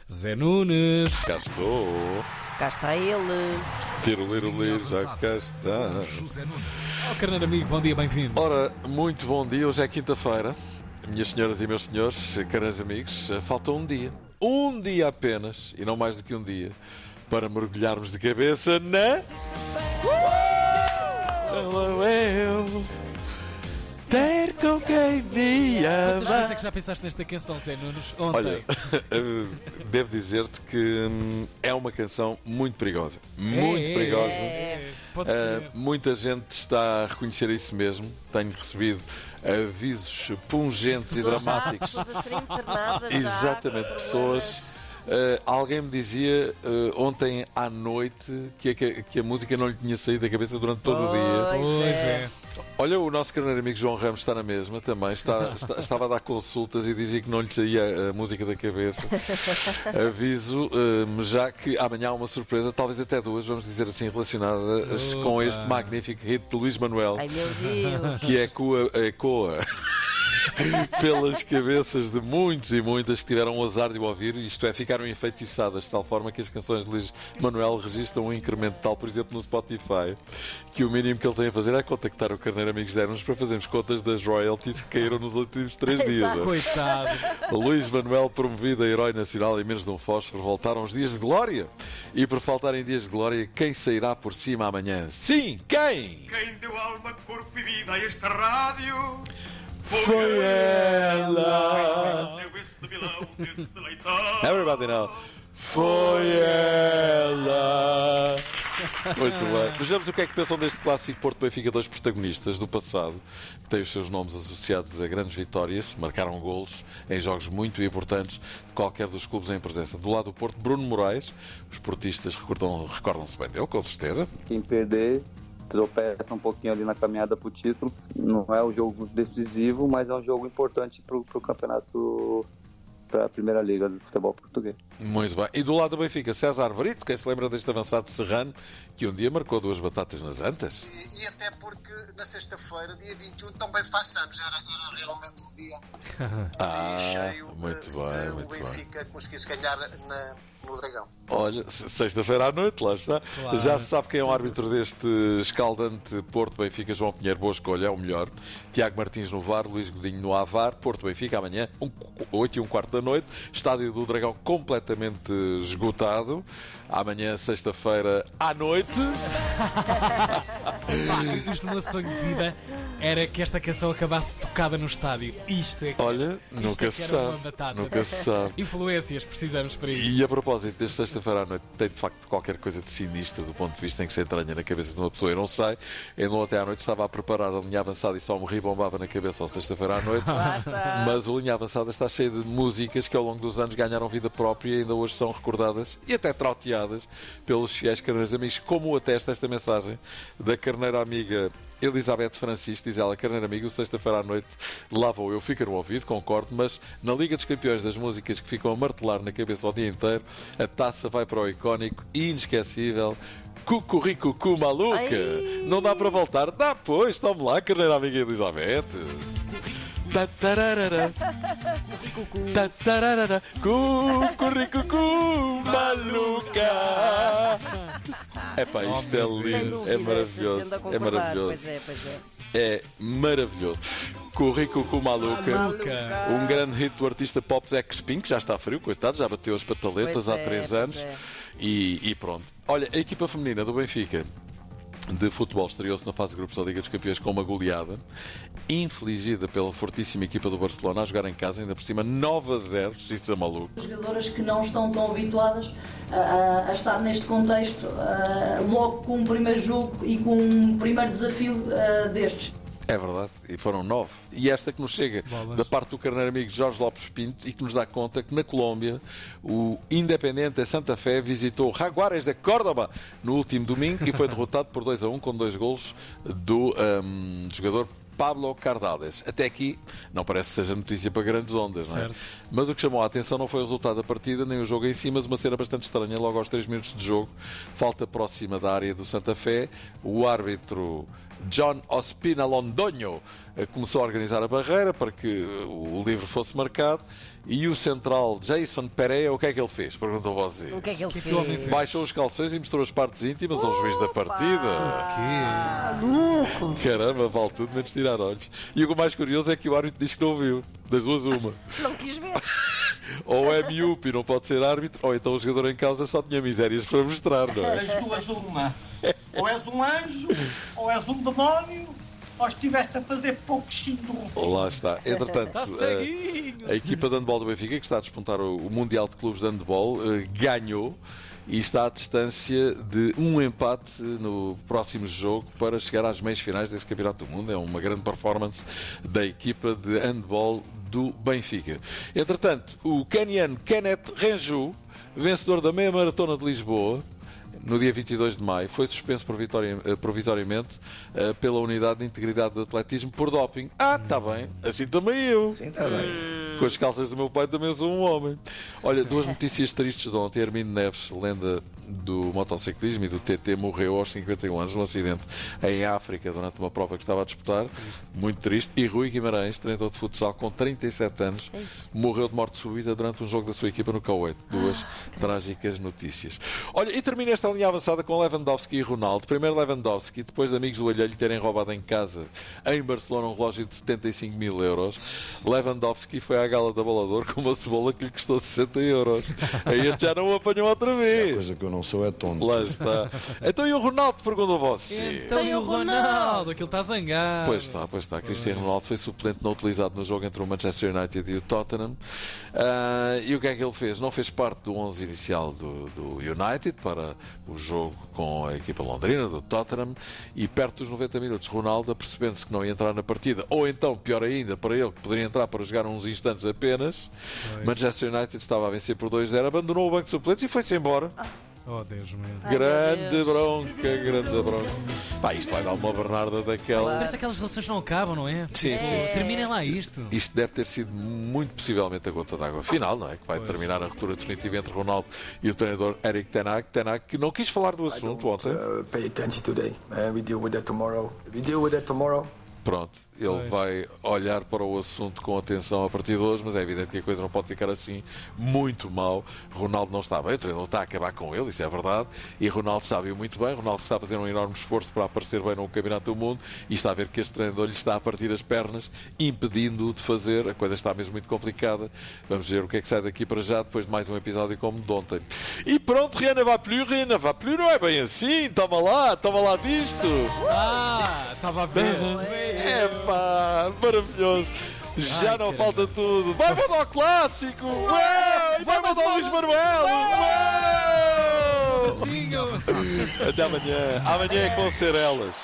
Zé Nunes. Cá estou. Cá está ele. Tiro-lir-lir, já cá está. Carneiro amigo, bom dia, bem-vindo. Ora, muito bom dia. Hoje é quinta-feira. Minhas senhoras e meus senhores, caros amigos, falta um dia. Um dia apenas, e não mais do que um dia, para mergulharmos de cabeça na... Ter com quem me Quantas vezes é ama. que já pensaste nesta canção, Zé Nunes? Olha, Ontem. devo dizer-te que é uma canção muito perigosa. Muito perigosa. Podes escolher. Muita gente está a reconhecer isso mesmo. Tenho recebido avisos pungentes e dramáticos. Pessoas a serem internadas já. Exatamente, pessoas. Alguém me dizia ontem à noite que a música não lhe tinha saído da cabeça durante todo o dia. Pois é. Olha, o nosso carneiro amigo João Ramos está na mesma também. Estava a dar consultas e dizia que não lhe saía a música da cabeça. Aviso-me já que amanhã há uma surpresa, talvez até duas, vamos dizer assim, relacionadas com este magnífico hit de Luís Manuel, Ai meu Deus. que ecoa pelas cabeças de muitos e muitas que tiveram o azar de o ouvir, isto é, ficaram enfeitiçadas de tal forma que as canções de Luís Manuel registram um incremento tal, por exemplo, no Spotify, que o mínimo que ele tem a fazer é contactar o carneiro amigo Zé Nunes para fazermos contas das royalties que caíram nos últimos 3 dias. Coitado. Luís Manuel, promovido a herói nacional em menos de um fósforo, voltaram os dias de glória. E por faltarem dias de glória, quem sairá por cima amanhã? Sim, quem? Quem deu alma, corpo e vida a esta rádio Foi ela. deu esse vilão, esse leitão. Everybody now. Foi ela. Muito bem. Vejamos o que é que pensam deste clássico Porto-Benfica, dois protagonistas do passado, que têm os seus nomes associados a grandes vitórias, marcaram golos em jogos muito importantes de qualquer dos clubes em presença. Do lado do Porto, Bruno Moraes, os portistas recordam-se bem dele, com certeza. Quem perder tropeça um pouquinho ali na caminhada para o título. Não é um jogo decisivo, mas é um jogo importante para o campeonato, para a Primeira Liga do futebol português. Muito bem. E do lado do Benfica, César Brito, quem se lembra deste avançado serrano, que um dia marcou 2 batatas nas antas? E até porque na sexta-feira, dia 21, também faz anos. Era realmente um dia cheio. Muito bem, muito o bem. Benfica conseguisse ganhar no Dragão. Olha, sexta-feira à noite, lá está. Claro. Já se sabe quem é o árbitro deste escaldante Porto-Benfica. João Pinheiro, boa escolha, é o melhor. Tiago Martins no VAR, Luís Godinho no AVAR. Porto-Benfica amanhã, 8h15 da noite. Estádio do Dragão completamente esgotado. Amanhã, sexta-feira à noite. Pá, isto do meu sonho de vida era que esta canção acabasse tocada no estádio. Isto é que, Olha, isto nunca é se que era uma sabe. batata. Nunca se sabe. Influências, precisamos para isso. E a propósito deste sexta-feira à noite, tem de facto qualquer coisa de sinistro do ponto de vista em que se entranha na cabeça de uma pessoa. Eu não sei, ainda ontem à noite estava a preparar a linha avançada e só me ribombava na cabeça ao sexta-feira à noite. Lá está. Mas a linha avançada está cheia de músicas que ao longo dos anos ganharam vida própria e ainda hoje são recordadas e até trauteadas pelos fiéis carneiros amigos, como atesta esta mensagem da carneira amiga Elizabeth Francisco. Diz ela: carneiro amigo, sexta-feira à noite lá vou eu, fica no ouvido, concordo, mas na Liga dos Campeões das músicas que ficam a martelar na cabeça o dia inteiro, a taça vai para o icónico e inesquecível Cucurricucu Maluca. Ai. Não dá para voltar? Dá, pois, tome lá, carneira amiga Elizabeth. Tatararara. Tatararara. Cucurricucu Maluca. Epá, isto é Sem lindo, dúvida, é maravilhoso, tendo a é concordar. maravilhoso. Pois é, pois é. É maravilhoso. Curricucu Maluca, Maluca. um grande hit do artista pop Zé Crespin, que já está frio, coitado, já bateu as pataletas Pois há é, 3 pois anos. é. E pronto. Olha, a equipa feminina do Benfica de futebol estreou-se na fase de grupos da Liga dos Campeões com uma goleada infligida pela fortíssima equipa do Barcelona a jogar em casa, ainda por cima 9-0, se isso é maluco. Jogadoras que não estão tão habituadas a estar neste contexto, logo com um primeiro jogo e com um primeiro desafio destes. É verdade, e foram 9. E esta que nos chega Bolas. da parte do carneiro amigo Jorge Lopes Pinto e que nos dá conta que na Colômbia o Independiente Santa Fé visitou Jaguares de Córdoba no último domingo e foi derrotado por 2-1 com 2 golos do jogador Pablo Cardales. Até aqui não parece que seja notícia para grandes ondas, não é? Certo. Mas o que chamou a atenção não foi o resultado da partida, nem o jogo em si, mas uma cena bastante estranha logo aos 3 minutos de jogo. Falta próxima da área do Santa Fé. O árbitro John Ospina Londonho começou a organizar a barreira para que o livro fosse marcado. E o central Jason Pereira, o que é que ele fez? Perguntou você. O que é que ele que o homem fez? fez? Baixou os calções e mostrou as partes íntimas ao juiz da partida. Que? Caramba, vale tudo menos tirar olhos. E o mais curioso é que o árbitro disse que não viu. Das duas, uma. Não quis ver. Ou é miúpe e não pode ser árbitro, ou então o jogador em causa só tinha misérias para mostrar, não é? Das duas uma. Ou és um anjo, ou és um demónio, ou estiveste a fazer pouquinho do roubo. Lá está. Entretanto, Está ceguinho! a equipa de handball do Benfica, que está a disputar o Mundial de Clubes de Handball, ganhou e está à distância de um empate no próximo jogo para chegar às meias finais desse Campeonato do Mundo. É uma grande performance da equipa de handball do Benfica. Entretanto, o queniano Kenneth Renju, vencedor da meia maratona de Lisboa, no dia 22 de maio, foi suspenso provisoriamente pela Unidade de Integridade do Atletismo por doping. Está bem, assim também eu. Sim, está bem. Com as calças do meu pai também sou um homem. Olha, duas notícias tristes de ontem. Armindo Neves, lenda do motociclismo e do TT, morreu aos 51 anos num acidente em África durante uma prova que estava a disputar. Muito triste. E Rui Guimarães, treinador de futsal com 37 anos, morreu de morte súbita durante um jogo da sua equipa no Kuwait. Duas trágicas notícias. Olha, e termina esta linha avançada com Lewandowski e Ronaldo. Primeiro Lewandowski, depois de amigos do alheio lhe terem roubado em casa, em Barcelona, um relógio de 75 mil euros. Lewandowski foi à gala da Bolador com uma cebola que lhe custou 60 euros. Aí este já não o apanhou outra A vez. coisa que eu não sou é tonto. Lá está. Então e o Ronaldo, perguntou você? Então e o Ronaldo? Aquilo está zangado. Pois está. Cristiano Ronaldo foi suplente não utilizado no jogo entre o Manchester United e o Tottenham. E o que é que ele fez? Não fez parte do 11 inicial do United para o jogo com a equipa londrina, do Tottenham, e perto dos 90 minutos, Ronaldo, apercebendo-se que não ia entrar na partida, ou então, pior ainda, para ele, que poderia entrar para jogar uns instantes apenas, Manchester United estava a vencer por 2-0, abandonou o banco de suplentes e foi-se embora. Oh, Deus meu. Grande Deus. bronca. Pá, isto vai dar uma Bernarda daquela. Parece que aquelas relações não acabam, não é? Sim. Terminem lá isto. Isto deve ter sido muito possivelmente a gota d'água final, não é? Que vai terminar a ruptura definitiva entre Ronaldo e o treinador Erik ten Hag. Ten Hag que não quis falar do assunto ontem. Pay attention today. We deal with that tomorrow. Pronto, ele vai olhar para o assunto com atenção a partir de hoje, mas é evidente que a coisa não pode ficar assim muito mal. Ronaldo não está bem, o treinador está a acabar com ele, isso é verdade, e Ronaldo sabe muito bem. Ronaldo está a fazer um enorme esforço para aparecer bem no Campeonato do Mundo e está a ver que este treinador lhe está a partir as pernas, impedindo-o de fazer. A coisa está mesmo muito complicada. Vamos ver o que é que sai daqui para já, depois de mais um episódio como de ontem. E pronto, rien ne va plus, não é bem assim, toma lá disto. Estava a ver. Epá, maravilhoso. Já não falta tudo. Vai mandar o clássico. Ué, vai mandar o Luís Manuel. Ué. Até amanhã. Amanhã é que vão ser elas.